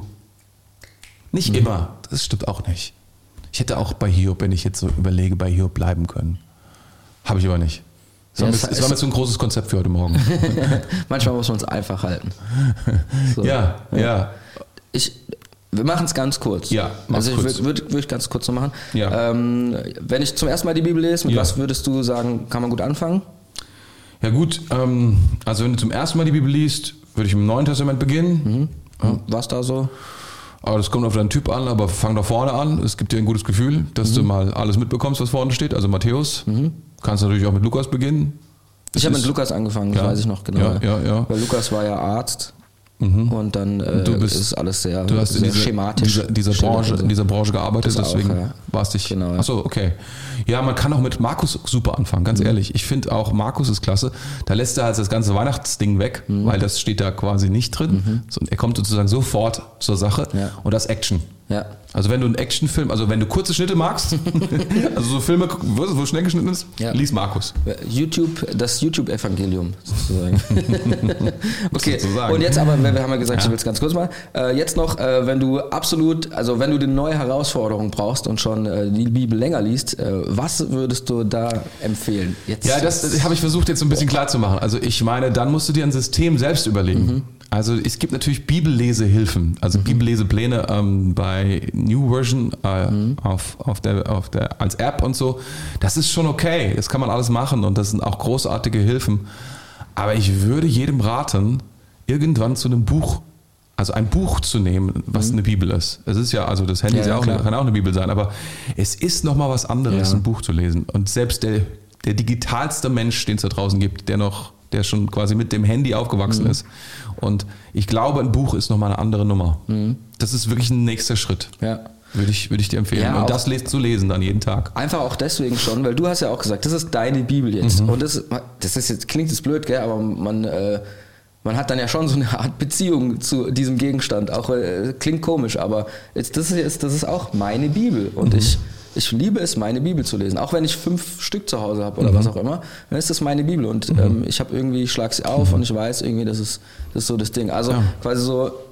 nicht mhm. immer, das stimmt auch nicht. Ich hätte auch bei Hiob, wenn ich jetzt so überlege, bei Hiob bleiben können. Habe ich aber nicht. Es war, ja, mir, es war mir so ein großes Konzept für heute Morgen. Manchmal muss man es einfach halten. So. Ja, ja. Ich... Wir machen es ganz kurz. Ja, also ich würde würd, würd ganz kurz so machen. Ja. Ähm, wenn ich zum ersten Mal die Bibel lese, mit ja. was würdest du sagen, kann man gut anfangen? Ja gut, ähm, also wenn du zum ersten Mal die Bibel liest, würde ich im Neuen Testament beginnen. Mhm. Ja. Was da so? Aber das kommt auf deinen Typ an, aber fang da vorne an. Es gibt dir ein gutes Gefühl, dass mhm. du mal alles mitbekommst, was vorne steht. Also Matthäus. Mhm. Kannst natürlich auch mit Lukas beginnen. Das ich habe mit Lukas angefangen, das ja. weiß ich noch genau. Ja, ja, ja. Weil Lukas war ja Arzt. Mhm. Und dann äh, du bist, ist alles sehr, du hast sehr in dieser, schematisch. Dieser, dieser Branche, in dieser Branche gearbeitet, das deswegen auch, ja. warst dich. Genau, ja. Achso, okay. Ja, man kann auch mit Markus super anfangen, ganz mhm. ehrlich. Ich finde auch, Markus ist klasse. Da lässt er halt das ganze Weihnachtsding weg, mhm. weil das steht da quasi nicht drin. Mhm. So, er kommt sozusagen sofort zur Sache ja. und das Action. Ja. Also wenn du einen Actionfilm, also wenn du kurze Schnitte magst, also so Filme, wo, wo schnell geschnitten ist, ja. lies Markus. YouTube, das YouTube-Evangelium sozusagen. Okay, und jetzt aber, wir haben ja gesagt, ja. ich will es ganz kurz mal, äh, jetzt noch, äh, wenn du absolut, also wenn du eine neue Herausforderung brauchst und schon äh, die Bibel länger liest, äh, was würdest du da empfehlen? Jetzt ja, das, das habe ich versucht jetzt so ein bisschen klar zu machen. Also ich meine, dann musst du dir ein System selbst überlegen. Mhm. Also es gibt natürlich Bibellesehilfen, also mhm. Bibellesepläne ähm, bei New Version äh, mhm. auf, auf der, auf der, als App und so. Das ist schon okay, das kann man alles machen und das sind auch großartige Hilfen. Aber ich würde jedem raten, irgendwann zu einem Buch, also ein Buch zu nehmen, was mhm. eine Bibel ist. Es ist ja, also das Handy ja, ist ja auch eine, kann auch eine Bibel sein, aber es ist nochmal was anderes, ja. ein Buch zu lesen. Und selbst der, der digitalste Mensch, den es da draußen gibt, der noch der schon quasi mit dem Handy aufgewachsen mhm. ist. Und ich glaube, ein Buch ist nochmal eine andere Nummer. Mhm. Das ist wirklich ein nächster Schritt. Ja. Würde ich, würde ich dir empfehlen. Ja, und das zu lesen dann jeden Tag. Einfach auch deswegen schon, weil du hast ja auch gesagt, das ist deine Bibel jetzt. Mhm. Und das, das ist jetzt, klingt jetzt blöd, gell, aber man, äh, man hat dann ja schon so eine Art Beziehung zu diesem Gegenstand. Auch äh, klingt komisch, aber jetzt, das, ist jetzt, das ist auch meine Bibel. Und mhm. ich Ich liebe es, meine Bibel zu lesen. Auch wenn ich fünf Stück zu Hause habe oder mhm. was auch immer, dann ist das meine Bibel. Und mhm. ähm, ich habe irgendwie, ich schlage sie auf mhm. und ich weiß irgendwie, das ist, das ist so das Ding. Also ja. quasi so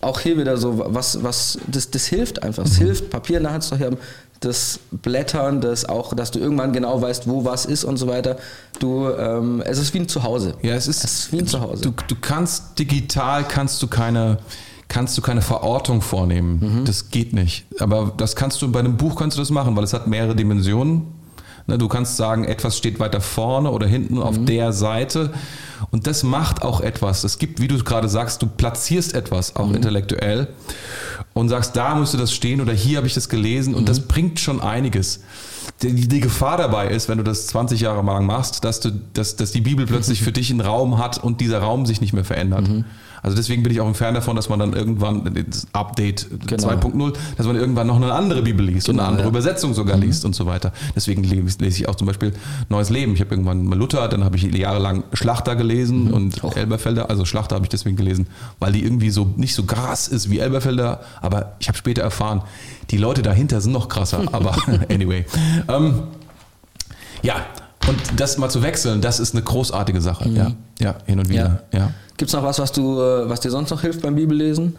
auch hier wieder so, was, was, das, das hilft einfach. Es mhm. hilft, Papier in der Hand zu haben, das Blättern, das auch, dass du irgendwann genau weißt, wo was ist und so weiter. Du, ähm, es ist wie ein Zuhause. Ja, es ist, es ist wie ein Zuhause. Du, du kannst digital, kannst du keine, kannst du keine Verortung vornehmen. Mhm. Das geht nicht. Aber das kannst du, bei einem Buch kannst du das machen, weil es hat mehrere Dimensionen. Du kannst sagen, etwas steht weiter vorne oder hinten mhm. auf der Seite. Und das macht auch etwas. Es gibt, wie du gerade sagst, du platzierst etwas auch mhm. intellektuell und sagst, da müsste das stehen oder hier habe ich das gelesen und mhm. das bringt schon einiges. Die, die Gefahr dabei ist, wenn du das zwanzig Jahre lang machst, dass, du, dass, dass die Bibel plötzlich für dich einen Raum hat und dieser Raum sich nicht mehr verändert. Mhm. Also deswegen bin ich auch ein Fan davon, dass man dann irgendwann das Update genau. zwei Punkt null, dass man irgendwann noch eine andere Bibel liest genau, und eine andere ja. Übersetzung sogar mhm. liest und so weiter. Deswegen lese ich auch zum Beispiel Neues Leben. Ich habe irgendwann mal Luther, dann habe ich jahrelang Schlachter gelesen mhm. und auch Elberfelder. Also Schlachter habe ich deswegen gelesen, weil die irgendwie so nicht so krass ist wie Elberfelder. Aber ich habe später erfahren, die Leute dahinter sind noch krasser. Aber anyway. Ähm, ja, und das mal zu wechseln, das ist eine großartige Sache. Mhm. Ja, ja, hin und wieder. Ja. Ja. Gibt es noch was, was du, was dir sonst noch hilft beim Bibellesen?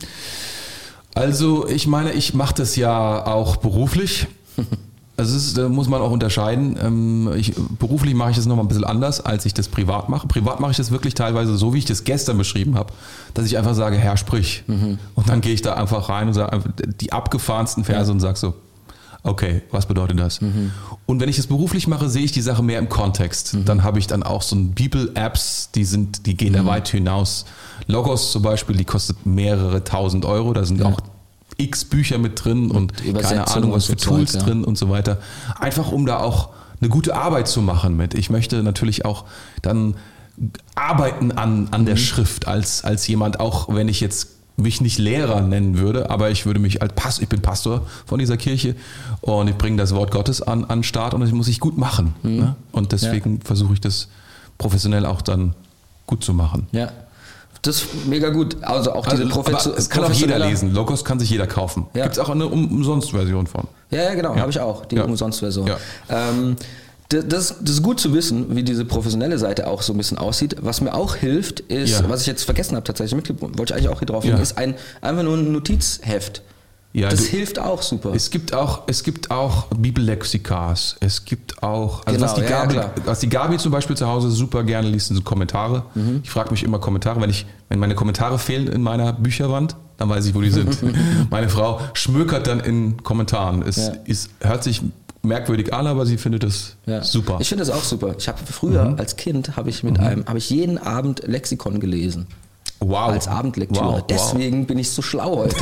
Also ich meine, ich mache das ja auch beruflich. Also das ist, da muss man auch unterscheiden. Ich, beruflich mache ich das nochmal ein bisschen anders, als ich das privat mache. Privat mache ich das wirklich teilweise so, wie ich das gestern beschrieben habe, dass ich einfach sage, Herr, sprich. Mhm. Und dann gehe ich da einfach rein und sage die abgefahrensten Verse ja. und sage so, okay, was bedeutet das? Mhm. Und wenn ich das beruflich mache, sehe ich die Sache mehr im Kontext. Mhm. Dann habe ich dann auch so ein Bibel-Apps, die sind, die gehen mhm. da weit hinaus. Logos zum Beispiel, die kostet mehrere tausend Euro. Da sind ja. auch x Bücher mit drin und keine Ahnung, was für Tools ja. drin und so weiter. Einfach um da auch eine gute Arbeit zu machen mit. Ich möchte natürlich auch dann arbeiten an, an mhm. der Schrift als, als jemand, auch wenn ich jetzt mich nicht Lehrer nennen würde, aber ich würde mich als Pastor, ich bin Pastor von dieser Kirche und ich bringe das Wort Gottes an, an den Start und das muss ich gut machen. Mhm. Ne? Und deswegen ja. versuche ich das professionell auch dann gut zu machen. Ja, das ist mega gut. Also auch diese also, Profe- Es kann auch jeder lesen. Logos kann sich jeder kaufen. Ja. Gibt es auch eine Umsonst-Version von. Ja, ja, genau, ja. habe ich auch, die ja. Umsonst-Version. Ja. Ähm, Das, das ist gut zu wissen, wie diese professionelle Seite auch so ein bisschen aussieht. Was mir auch hilft, ist, ja. was ich jetzt vergessen habe tatsächlich, mitgebracht, wollte ich eigentlich auch hier drauf ja. hin, ist ein, einfach nur ein Notizheft. Ja, das du, hilft auch super. Es gibt auch, es gibt auch Bibellexikas. Es gibt auch, also genau, was, die ja, Gabi, ja, was die Gabi zum Beispiel zu Hause super gerne liest, sind Kommentare. Mhm. Ich frage mich immer Kommentare, wenn ich, wenn meine Kommentare fehlen in meiner Bücherwand, dann weiß ich, wo die sind. Meine Frau schmökert dann in Kommentaren. Es ja. ist, hört sich merkwürdig an, aber sie findet es ja. super. Ich finde das auch super. Ich habe früher mhm. als Kind habe ich mit mhm. einem habe ich jeden Abend Lexikon gelesen. Wow. Als Abendlektüre. Wow. Deswegen wow. bin ich so schlau heute.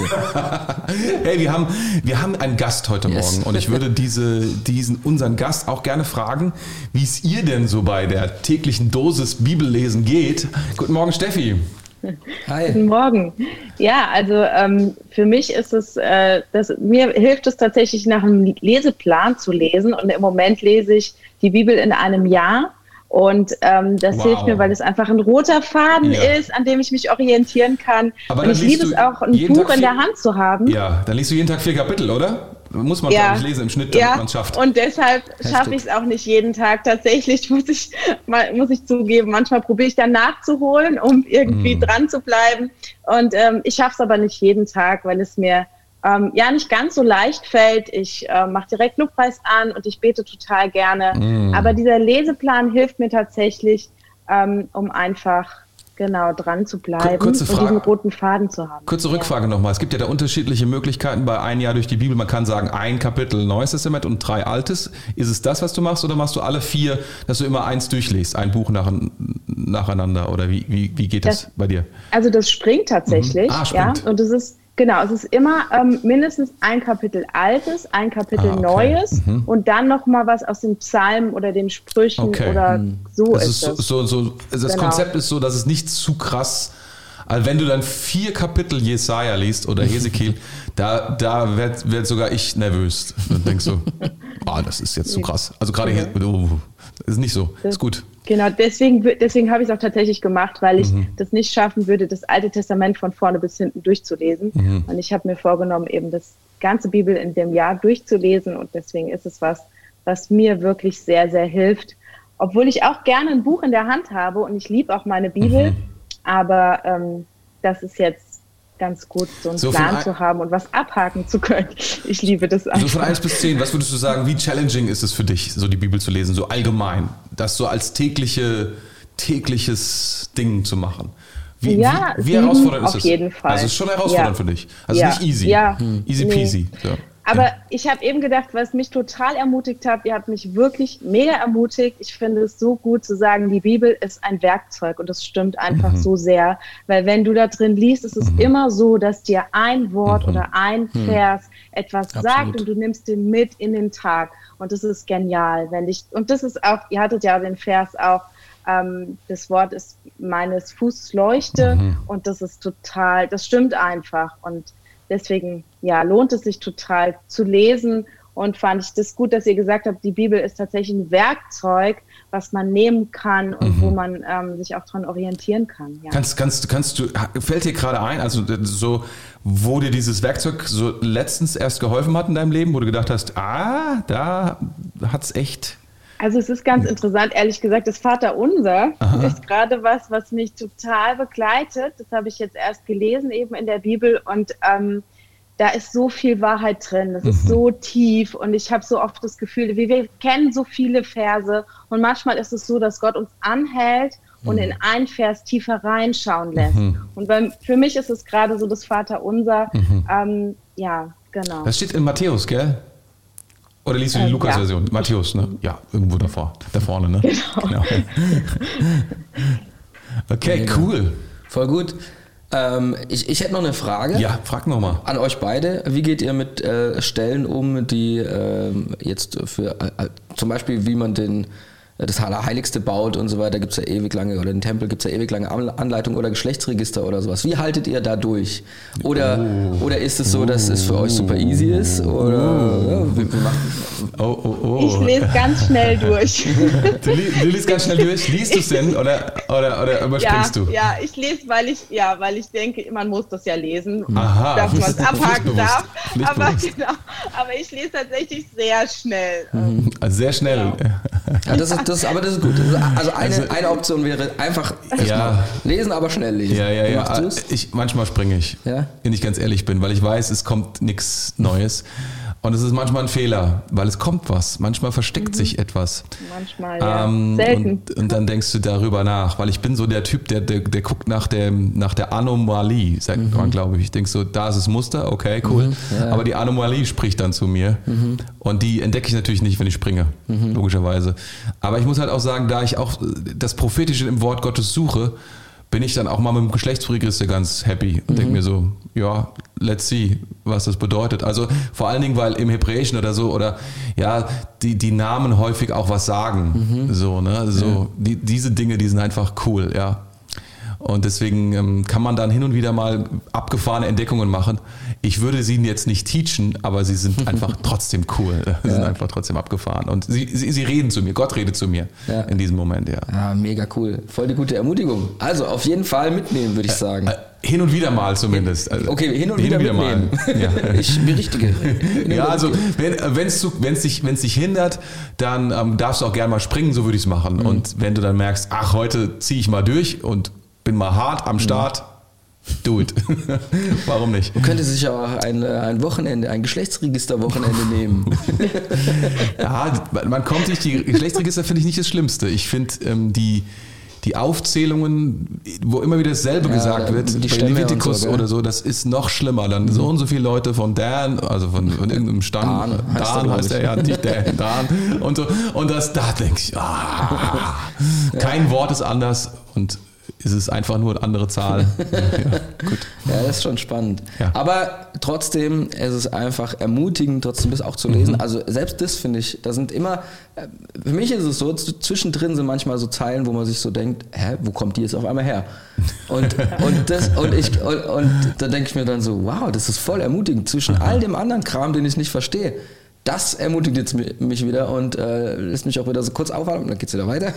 Hey, wir haben wir haben einen Gast heute yes. Morgen und ich würde diese diesen unseren Gast auch gerne fragen, wie es ihr denn so bei der täglichen Dosis Bibellesen geht. Guten Morgen, Steffi. Hi. Guten Morgen. Ja, also ähm, für mich ist es, äh, das, mir hilft es tatsächlich nach einem Leseplan zu lesen und im Moment lese ich die Bibel in einem Jahr und ähm, das wow. hilft mir, weil es einfach ein roter Faden ja. ist, an dem ich mich orientieren kann. Aber und ich liebe es auch, ein Buch Tag in der Hand zu haben. Ja, dann liest du jeden Tag vier Kapitel, oder? Muss man ja. lesen im Schnitt, damit ja. man es schafft. Und deshalb schaffe ich es auch nicht jeden Tag. Tatsächlich muss ich, muss ich zugeben, manchmal probiere ich dann nachzuholen, um irgendwie mm. dran zu bleiben. Und ähm, ich schaffe es aber nicht jeden Tag, weil es mir ähm, ja nicht ganz so leicht fällt. Ich äh, mache direkt Lobpreis an und ich bete total gerne. Mm. Aber dieser Leseplan hilft mir tatsächlich, ähm, um einfach genau dran zu bleiben kurze Frage, und diesen roten Faden zu haben. Kurze Rückfrage ja. nochmal. Es gibt ja da unterschiedliche Möglichkeiten bei ein Jahr durch die Bibel. Man kann sagen, ein Kapitel Neues Testament und drei Altes. Ist es das, was du machst, oder machst du alle vier, dass du immer eins durchliest, ein Buch nach, nacheinander? Oder wie, wie, wie geht das, das bei dir? Also das springt tatsächlich. Mhm. Ah, springt. Ja, und das ist Genau, es ist immer ähm, mindestens ein Kapitel Altes, ein Kapitel ah, okay. Neues mhm. und dann nochmal was aus den Psalmen oder den Sprüchen okay. oder mhm. so das ist es. So, so, so, das genau. Konzept ist so, dass es nicht zu krass, also wenn du dann vier Kapitel Jesaja liest oder Hesekiel, da, da werd, werd sogar ich nervös. Dann denkst du, oh, das ist jetzt zu krass. Also gerade ja. hier, oh, ist nicht so, das, ist gut. Genau, deswegen, deswegen habe ich es auch tatsächlich gemacht, weil ich mhm. das nicht schaffen würde, das Alte Testament von vorne bis hinten durchzulesen. Mhm. Und ich habe mir vorgenommen, eben das ganze Bibel in dem Jahr durchzulesen. Und deswegen ist es was, was mir wirklich sehr, sehr hilft. Obwohl ich auch gerne ein Buch in der Hand habe und ich liebe auch meine Bibel. Mhm. Aber ähm, das ist jetzt ganz gut, so einen so Plan ein, zu haben und was abhaken zu können. Ich liebe das einfach. So von eins bis zehn, was würdest du sagen, wie challenging ist es für dich, so die Bibel zu lesen, so allgemein, das so als tägliche, tägliches Ding zu machen? Wie, ja, wie, wie herausfordernd ist auf es? jeden Fall. Also es ist schon herausfordernd ja. für dich. Also ja. nicht easy. Ja. Easy nee. peasy. So. Aber ja. ich habe eben gedacht, was mich total ermutigt hat, ihr habt mich wirklich mega ermutigt. Ich finde es so gut zu sagen, die Bibel ist ein Werkzeug und das stimmt einfach mhm. so sehr. Weil wenn du da drin liest, ist es mhm. immer so, dass dir ein Wort mhm. oder ein mhm. Vers etwas Absolut. sagt und du nimmst den mit in den Tag. Und das ist genial. Wenn ich, und das ist auch, ihr hattet ja den Vers auch, ähm, das Wort ist meines Fußes Leuchte mhm. und das ist total, das stimmt einfach. Und deswegen, ja, lohnt es sich total zu lesen und fand ich das gut, dass ihr gesagt habt, die Bibel ist tatsächlich ein Werkzeug, was man nehmen kann und mhm. wo man ähm, sich auch dran orientieren kann. Ja. Kannst, kannst, kannst du, fällt dir gerade ein, also so, wo dir dieses Werkzeug so letztens erst geholfen hat in deinem Leben, wo du gedacht hast, ah, da hat's echt... Also es ist ganz interessant, ehrlich gesagt, das Vaterunser Aha. ist gerade was, was mich total begleitet. Das habe ich jetzt erst gelesen eben in der Bibel und ähm, da ist so viel Wahrheit drin, das mhm. ist so tief und ich habe so oft das Gefühl, wir, wir kennen so viele Verse und manchmal ist es so, dass Gott uns anhält und mhm. in einen Vers tiefer reinschauen lässt. Mhm. Und bei, für mich ist es gerade so das Vaterunser, mhm. ähm, ja, genau. Das steht in Matthäus, gell? Oder liest du die ähm, Lukas-Version? Ja. Matthäus, ne? Ja, irgendwo davor, da vorne, ne? Genau. genau. Okay, cool. Voll gut. Ähm, ich, ich hätte noch eine Frage. Ja, frag noch mal. An euch beide. Wie geht ihr mit äh, Stellen um, die äh, jetzt für, äh, zum Beispiel, wie man den das Allerheiligste baut und so weiter, gibt es ja ewig lange, oder den Tempel gibt es ja ewig lange Anleitungen oder Geschlechtsregister oder sowas. Wie haltet ihr da durch? Oder, oh. oder ist es so, dass es für euch super easy ist? Oder, oh. Ja, wie, wie macht oh, oh, oh. Ich lese ganz schnell durch. Du, li- du liest ganz schnell durch? Liest du es denn oder, oder, oder überspringst ja, du? Ja, ich lese, weil ich, ja, weil ich denke, man muss das ja lesen, Aha, dass man es abhaken darf. Aber, genau, aber ich lese tatsächlich sehr schnell. Mhm. Also sehr schnell. Genau. Ja, das ist, das, aber das ist gut. Also eine, also, eine Option wäre einfach ja. lesen, aber schnell lesen. Ja, ja, ja. Ich, manchmal springe ich, ja? wenn ich ganz ehrlich bin, weil ich weiß, es kommt nichts Neues. Und es ist manchmal ein Fehler, weil es kommt was. Manchmal versteckt mhm. sich etwas. Manchmal, ja. Ähm, Selten. Und, und dann denkst du darüber nach, weil ich bin so der Typ, der, der, der guckt nach, dem, nach der Anomalie, sagt mhm. man, glaube ich. Ich denke so, da ist das Muster, okay, cool. Mhm. Ja. Aber die Anomalie spricht dann zu mir. Mhm. Und die entdecke ich natürlich nicht, wenn ich springe, mhm. logischerweise. Aber ich muss halt auch sagen, da ich auch das Prophetische im Wort Gottes suche, bin ich dann auch mal mit dem Geschlechtsregister ganz happy und mhm. denke mir so, ja, let's see, was das bedeutet. Also vor allen Dingen, weil im Hebräischen oder so, oder ja, die, die Namen häufig auch was sagen. Mhm. So, ne? So, ja. die, diese Dinge, die sind einfach cool, ja. Und deswegen ähm, kann man dann hin und wieder mal abgefahrene Entdeckungen machen. Ich würde sie jetzt nicht teachen, aber sie sind einfach trotzdem cool. Sie ja. sind einfach trotzdem abgefahren. Und sie, sie, sie reden zu mir, Gott redet zu mir ja. in diesem Moment, ja. Ja, mega cool. Voll die gute Ermutigung. Also auf jeden Fall mitnehmen, würde ich sagen. Äh, äh, hin und wieder mal zumindest. Also, okay, hin und hin wieder, wieder mitnehmen. Mal. Ja. Ich berichtige. Ja, also wenn es dich, dich hindert, dann ähm, darfst du auch gerne mal springen, so würde ich es machen. Mhm. Und wenn du dann merkst, ach, heute ziehe ich mal durch und bin mal hart am Start, do it. Warum nicht? Man könnte sich auch ein, ein Wochenende, ein Geschlechtsregister-Wochenende nehmen. Ja, man kommt nicht, die Geschlechtsregister finde ich nicht das Schlimmste. Ich finde ähm, die, die Aufzählungen, wo immer wieder dasselbe ja, gesagt wird, die bei Leviticus so, oder so, das ist noch schlimmer. Dann mhm. so und so viele Leute von Dan, also von, von irgendeinem Stand, Dan, heißt, Dan heißt er ja, nicht Dan, Dan. Und, so, und das, da denke ich, ah, ja. kein Wort ist anders und ist es einfach nur eine andere Zahl. Ja, gut. Ja, das ist schon spannend. Ja. Aber trotzdem ist es einfach ermutigend, trotzdem das auch zu lesen. Mhm. Also selbst das finde ich, da sind immer, für mich ist es so, zwischendrin sind manchmal so Zeilen, wo man sich so denkt, hä, wo kommt die jetzt auf einmal her? Und, und, das, und, ich, und, und da denke ich mir dann so, wow, das ist voll ermutigend. Zwischen all dem anderen Kram, den ich nicht verstehe, das ermutigt jetzt mich wieder und äh, lässt mich auch wieder so kurz aufhalten. Dann geht's wieder weiter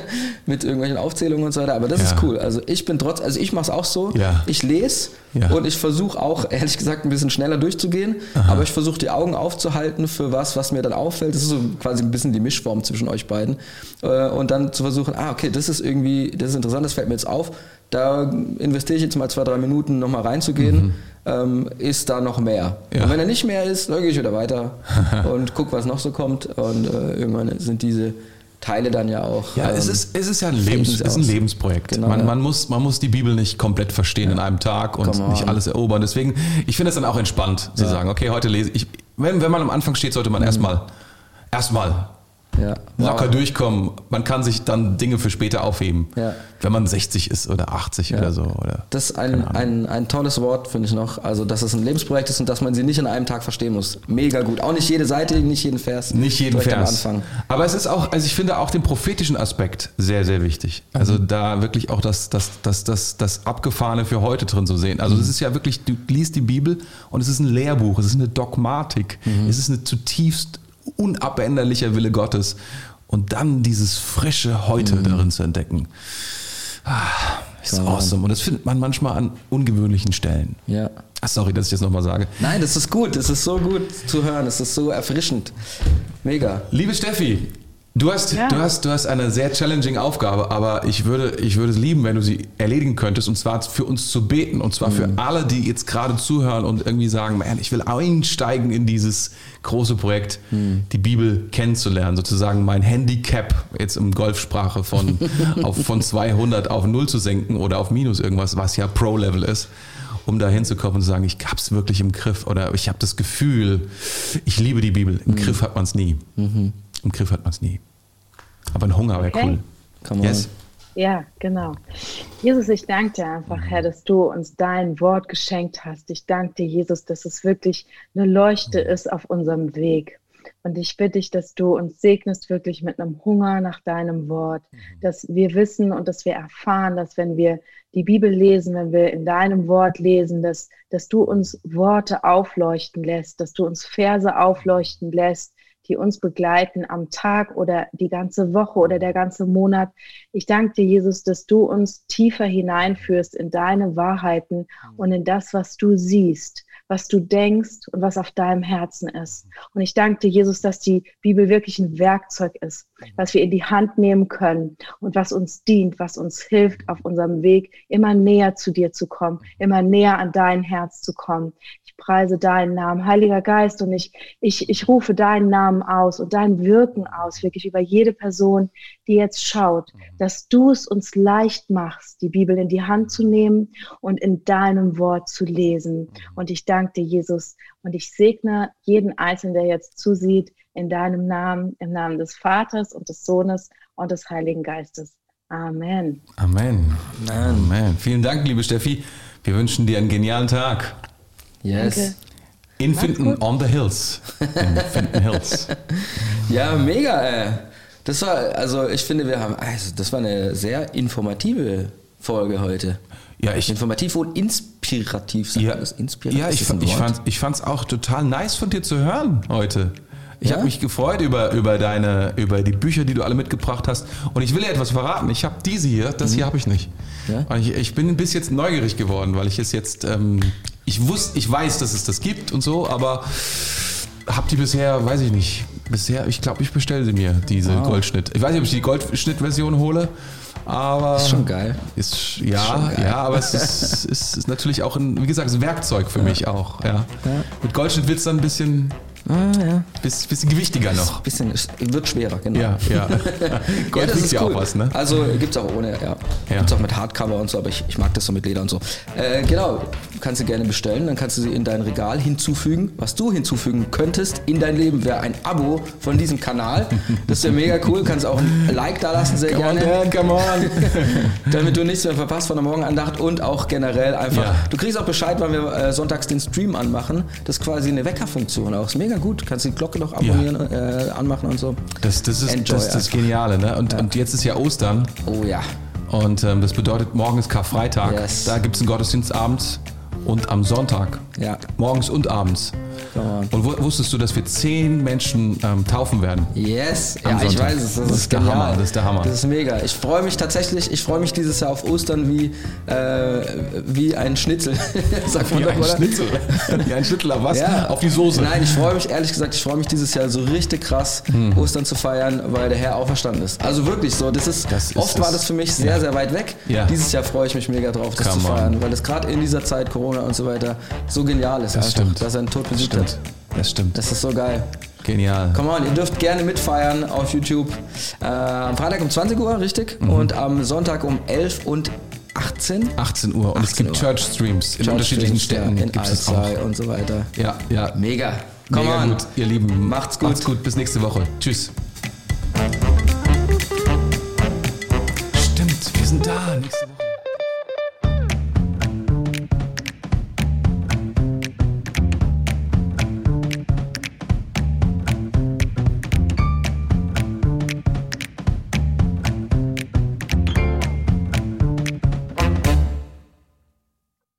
mit irgendwelchen Aufzählungen und so weiter. Aber das ja. ist cool. Also ich bin trotz, also ich mache es auch so. Ja. Ich lese ja. und ich versuche auch, ehrlich gesagt, ein bisschen schneller durchzugehen. Aha. Aber ich versuche die Augen aufzuhalten für was, was mir dann auffällt. Das ist so quasi ein bisschen die Mischform zwischen euch beiden. Äh, und dann zu versuchen, ah, okay, das ist irgendwie, das ist interessant, das fällt mir jetzt auf. Da investiere ich jetzt mal zwei, drei Minuten nochmal reinzugehen. Mhm. Ähm, ist da noch mehr. Ja. Und wenn er nicht mehr ist, dann gehe ich wieder weiter und gucke, was noch so kommt. Und äh, irgendwann sind diese Teile dann ja auch. Ja, ähm, es, ist, es ist ja ein, Lebens, ist ein Lebensprojekt. Genau, man, ja. man, muss, man muss die Bibel nicht komplett verstehen ja. in einem Tag und nicht alles erobern. Deswegen, ich finde es dann auch entspannt zu ja. sagen, okay, heute lese ich. Wenn, wenn man am Anfang steht, sollte man mhm. erstmal erstmal Ja. locker wow. durchkommen. Man kann sich dann Dinge für später aufheben, ja. wenn man sechzig ist oder achtzig ja. oder so. Oder das ist ein, ein, ein tolles Wort, finde ich noch. Also, dass es ein Lebensprojekt ist und dass man sie nicht in einem Tag verstehen muss. Mega gut. Auch nicht jede Seite, nicht jeden Vers. Nicht jeden Vers. Am Anfang. Aber es ist auch, also ich finde auch den prophetischen Aspekt sehr, sehr wichtig. Also mhm. da wirklich auch das, das, das, das, das Abgefahrene für heute drin zu sehen. Also es mhm. ist ja wirklich, du liest die Bibel und es ist ein Lehrbuch, es ist eine Dogmatik, mhm. es ist eine zutiefst unabänderlicher Wille Gottes und dann dieses frische Heute mhm. darin zu entdecken, ah, ist ja. awesome. Und das findet man manchmal an ungewöhnlichen Stellen. Ja. Ach, sorry, dass ich das nochmal sage. Nein, das ist gut, das ist so gut zu hören, das ist so erfrischend. Mega. Liebe Steffi, du hast, ja. du hast, du hast eine sehr challenging Aufgabe, aber ich würde, ich würde es lieben, wenn du sie erledigen könntest, und zwar für uns zu beten, und zwar mhm. für alle, die jetzt gerade zuhören und irgendwie sagen, man, ich will einsteigen in dieses große Projekt, mhm. die Bibel kennenzulernen, sozusagen mein Handicap jetzt im Golfsprache von, auf, von zweihundert auf null zu senken oder auf minus irgendwas, was ja Pro-Level ist, um da hinzukommen und zu sagen, ich hab's wirklich im Griff oder ich habe das Gefühl, ich liebe die Bibel. Im mhm. Griff hat man es nie. Mhm. Im Griff hat man es nie. Aber ein Hunger wäre okay. cool. Come yes. Ja, genau. Jesus, ich danke dir einfach, Herr, dass du uns dein Wort geschenkt hast. Ich danke dir, Jesus, dass es wirklich eine Leuchte ist auf unserem Weg. Und ich bitte dich, dass du uns segnest wirklich mit einem Hunger nach deinem Wort, dass wir wissen und dass wir erfahren, dass wenn wir die Bibel lesen, wenn wir in deinem Wort lesen, dass, dass du uns Worte aufleuchten lässt, dass du uns Verse aufleuchten lässt, die uns begleiten am Tag oder die ganze Woche oder der ganze Monat. Ich danke dir, Jesus, dass du uns tiefer hineinführst in deine Wahrheiten und in das, was du siehst, was du denkst und was auf deinem Herzen ist. Und ich danke dir, Jesus, dass die Bibel wirklich ein Werkzeug ist, was wir in die Hand nehmen können und was uns dient, was uns hilft, auf unserem Weg immer näher zu dir zu kommen, immer näher an dein Herz zu kommen. Ich preise deinen Namen, Heiliger Geist, und ich, ich, ich rufe deinen Namen aus und dein Wirken aus, wirklich über jede Person, die jetzt schaut, dass du es uns leicht machst, die Bibel in die Hand zu nehmen und in deinem Wort zu lesen. Und ich danke dir, Jesus, und ich segne jeden Einzelnen, der jetzt zusieht, in deinem Namen, im Namen des Vaters und des Sohnes und des Heiligen Geistes. Amen. Amen. Amen. Amen. Vielen Dank, liebe Steffi. Wir wünschen dir einen genialen Tag. Yes. Danke. In Finten on the Hills. In Finten Hills. Ja, mega, ey. Das war, also ich finde, wir haben, also das war eine sehr informative Folge heute. Ja, ich, Informativ und inspirativ. Sagt ja, das inspirativ? Ja, ich, ich fand ich fand's auch total nice von dir zu hören heute. Ich ja? habe mich gefreut über, über, deine, über die Bücher, die du alle mitgebracht hast. Und ich will dir etwas verraten. Ich habe diese hier, das mhm. hier habe ich nicht. Ja? Und ich, ich bin bis jetzt neugierig geworden, weil ich es jetzt, ähm, ich wusste, ich weiß, dass es das gibt und so, aber habe die bisher, weiß ich nicht, bisher, ich glaube, ich bestelle sie mir, diese wow. Goldschnitt. Ich weiß nicht, ob ich die Goldschnitt-Version hole, aber... Ist schon geil. Ist, ja, ist schon geil. Ja, aber es ist, ist, ist natürlich auch, ein, wie gesagt, ein Werkzeug für ja. mich auch. Ja. Ja. Mit Goldschnitt wird es dann ein bisschen... Ah, ja. Biss, bisschen gewichtiger noch. Bisschen, wird schwerer, genau. Ja, ja. Gold ja, wiegt ja cool. auch was, ne? Also gibt's auch ohne, ja. ja. Gibt's auch mit Hardcover und so, aber ich, ich mag das so mit Leder und so. Äh, genau, kannst du gerne bestellen, dann kannst du sie in dein Regal hinzufügen. Was du hinzufügen könntest in dein Leben, wäre ein Abo von diesem Kanal. Das wäre mega cool, kannst auch ein Like da lassen, sehr come gerne. On, Dan, come on. Damit du nichts mehr verpasst von der Morgenandacht und auch generell einfach, ja. du kriegst auch Bescheid, wann wir äh, sonntags den Stream anmachen. Das ist quasi eine Weckerfunktion auch, ist mega gut. Du kannst die Glocke noch abonnieren, ja. äh, anmachen und so. Das, das ist das, das Geniale, ne? Und, ja. und jetzt ist ja Ostern. Oh ja. Und ähm, das bedeutet, morgen ist Karfreitag. Yes. Da gibt es einen Gottesdienst abends und am Sonntag. Ja. Morgens und abends. Und wusstest du, dass wir zehn Menschen ähm, taufen werden? Yes, ja, ich weiß es. Das, das ist der Hammer. Das ist der Hammer. Das ist mega. Ich freue mich tatsächlich, ich freue mich dieses Jahr auf Ostern wie, äh, wie ein Schnitzel. Sagt man wie ein oder? Schnitzel? Wie ein Schnitzel auf was? Ja. Auf die Soße. Nein, ich freue mich, ehrlich gesagt, ich freue mich dieses Jahr so richtig krass, hm. Ostern zu feiern, weil der Herr auferstanden ist. Also wirklich so, das ist, das ist oft war das für mich sehr, ja. sehr weit weg. Ja. Dieses Jahr freue ich mich mega drauf, das Come zu feiern, on. Weil es gerade in dieser Zeit, Corona und so weiter, so genial ist, das einfach, stimmt. dass er einen Tod besiegt hat. Das stimmt. Das ist so geil. Genial. Come on, ihr dürft gerne mitfeiern auf YouTube. Äh, am Freitag um zwanzig Uhr, richtig? Mhm. Und am Sonntag um elf und achtzehn? achtzehn Uhr. Und achtzehn es gibt Church Streams in Church unterschiedlichen Städten. Ja, in Alzey und so weiter. Ja, ja. Mega. Come Mega on. Gut, ihr Lieben. Macht's gut. Macht's gut. Bis nächste Woche. Tschüss. Stimmt, wir sind da nächste Woche.